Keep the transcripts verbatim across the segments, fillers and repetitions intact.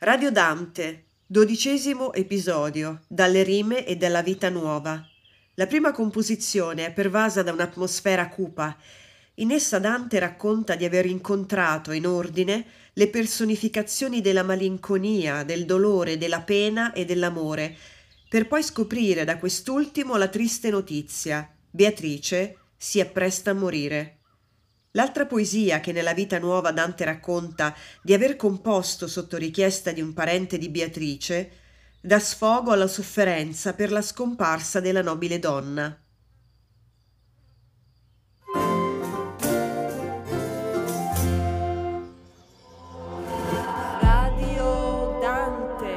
Radio Dante, dodicesimo episodio, dalle rime e dalla vita nuova. La prima composizione è pervasa da un'atmosfera cupa. In essa Dante racconta di aver incontrato in ordine le personificazioni della malinconia, del dolore, della pena e dell'amore, per poi scoprire da quest'ultimo la triste notizia: Beatrice si appresta a morire. L'altra poesia che nella vita nuova Dante racconta di aver composto sotto richiesta di un parente di Beatrice dà sfogo alla sofferenza per la scomparsa della nobile donna. Radio Dante.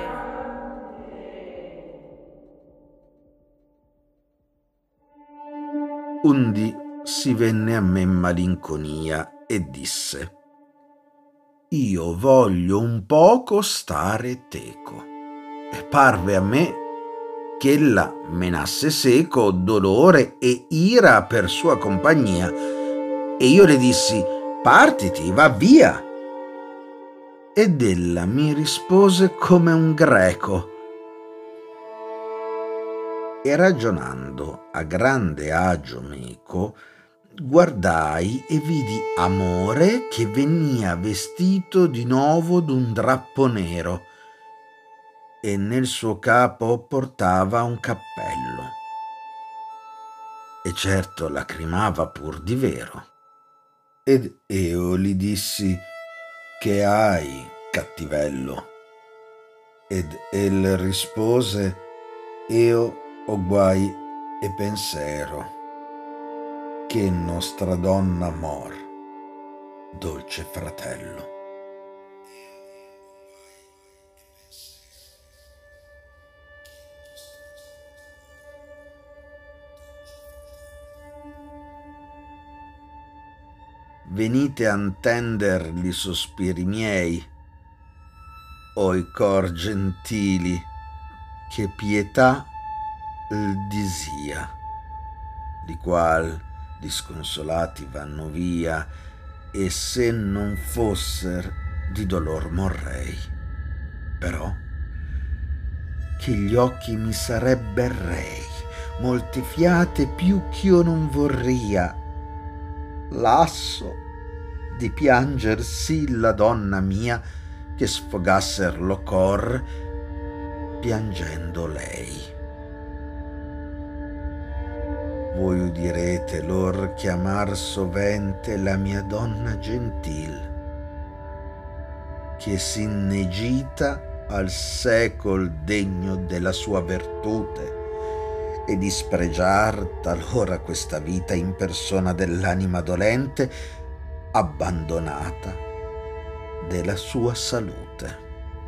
Un dì si venne a me malinconia e disse: io voglio un poco stare teco. E parve a me che ella menasse seco dolore e ira per sua compagnia, e io le dissi: partiti, va via. Ed ella mi rispose come un greco. E ragionando a grande agio meco, guardai e vidi Amore che venia vestito di nuovo d'un drappo nero, e nel suo capo portava un cappello, e certo lacrimava pur di vero. Ed io gli dissi: che hai, cattivello? Ed el rispose: io ho guai e pensiero, che nostra donna mor, dolce fratello. Venite a intender li sospiri miei, oi cor gentili, che pietà il disia, di qual disconsolati vanno via, e se non fosser di dolor morrei. Però che gli occhi mi sarebberrei, molte fiate più ch'io non vorria, lasso di pianger sì la donna mia, che sfogasser lo cor piangendo lei. Voi udirete lor chiamar sovente la mia donna gentil, che s'innegita al secol degno della sua vertute, e dispregiar talora questa vita in persona dell'anima dolente, abbandonata della sua salute.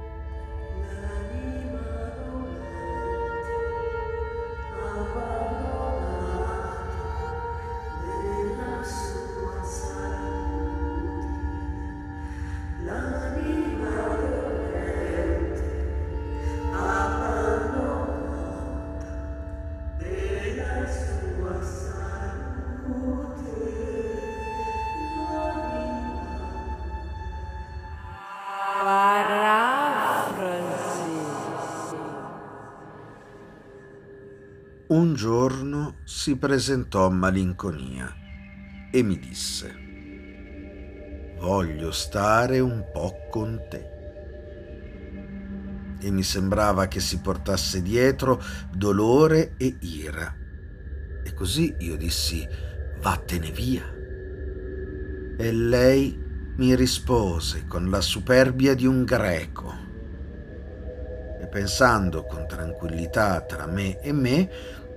Un giorno si presentò Malinconia e mi disse: voglio stare un po' con te. E mi sembrava che si portasse dietro dolore e ira. E così io dissi: vattene via. E lei mi rispose con la superbia di un greco. E pensando con tranquillità tra me e me,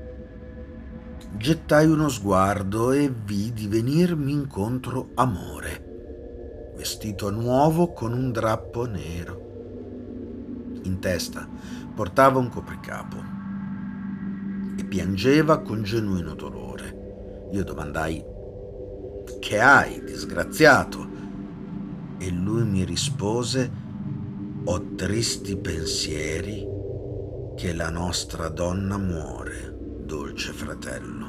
gettai uno sguardo e vidi venirmi incontro Amore, vestito nuovo con un drappo nero. In testa portava un copricapo e piangeva con genuino dolore. Io domandai: che hai, disgraziato? E lui mi rispose: ho tristi pensieri, che la nostra donna muore, dolce fratello.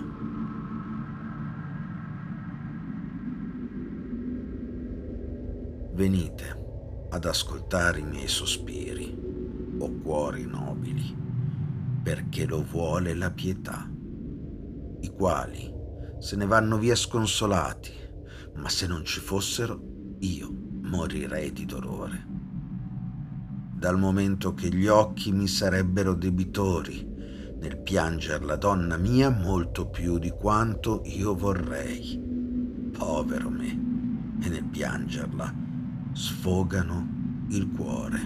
Venite, ad ascoltare i miei sospiri, o cuori nobili, perché lo vuole la pietà, i quali se ne vanno via sconsolati, ma se non ci fossero io morirei di dolore. Dal momento che gli occhi mi sarebbero debitori nel pianger la donna mia molto più di quanto io vorrei, povero me, e nel piangerla sfogano il cuore.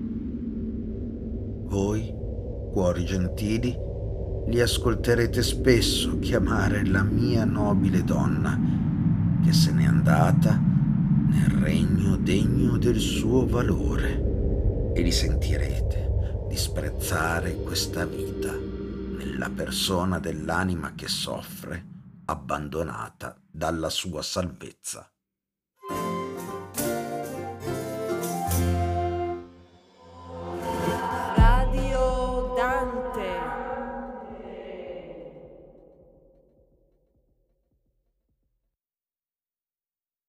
Voi, cuori gentili, li ascolterete spesso chiamare la mia nobile donna, che se n'è andata nel regno degno del suo valore, e li sentirete disprezzare questa vita nella persona dell'anima che soffre, abbandonata dalla sua salvezza.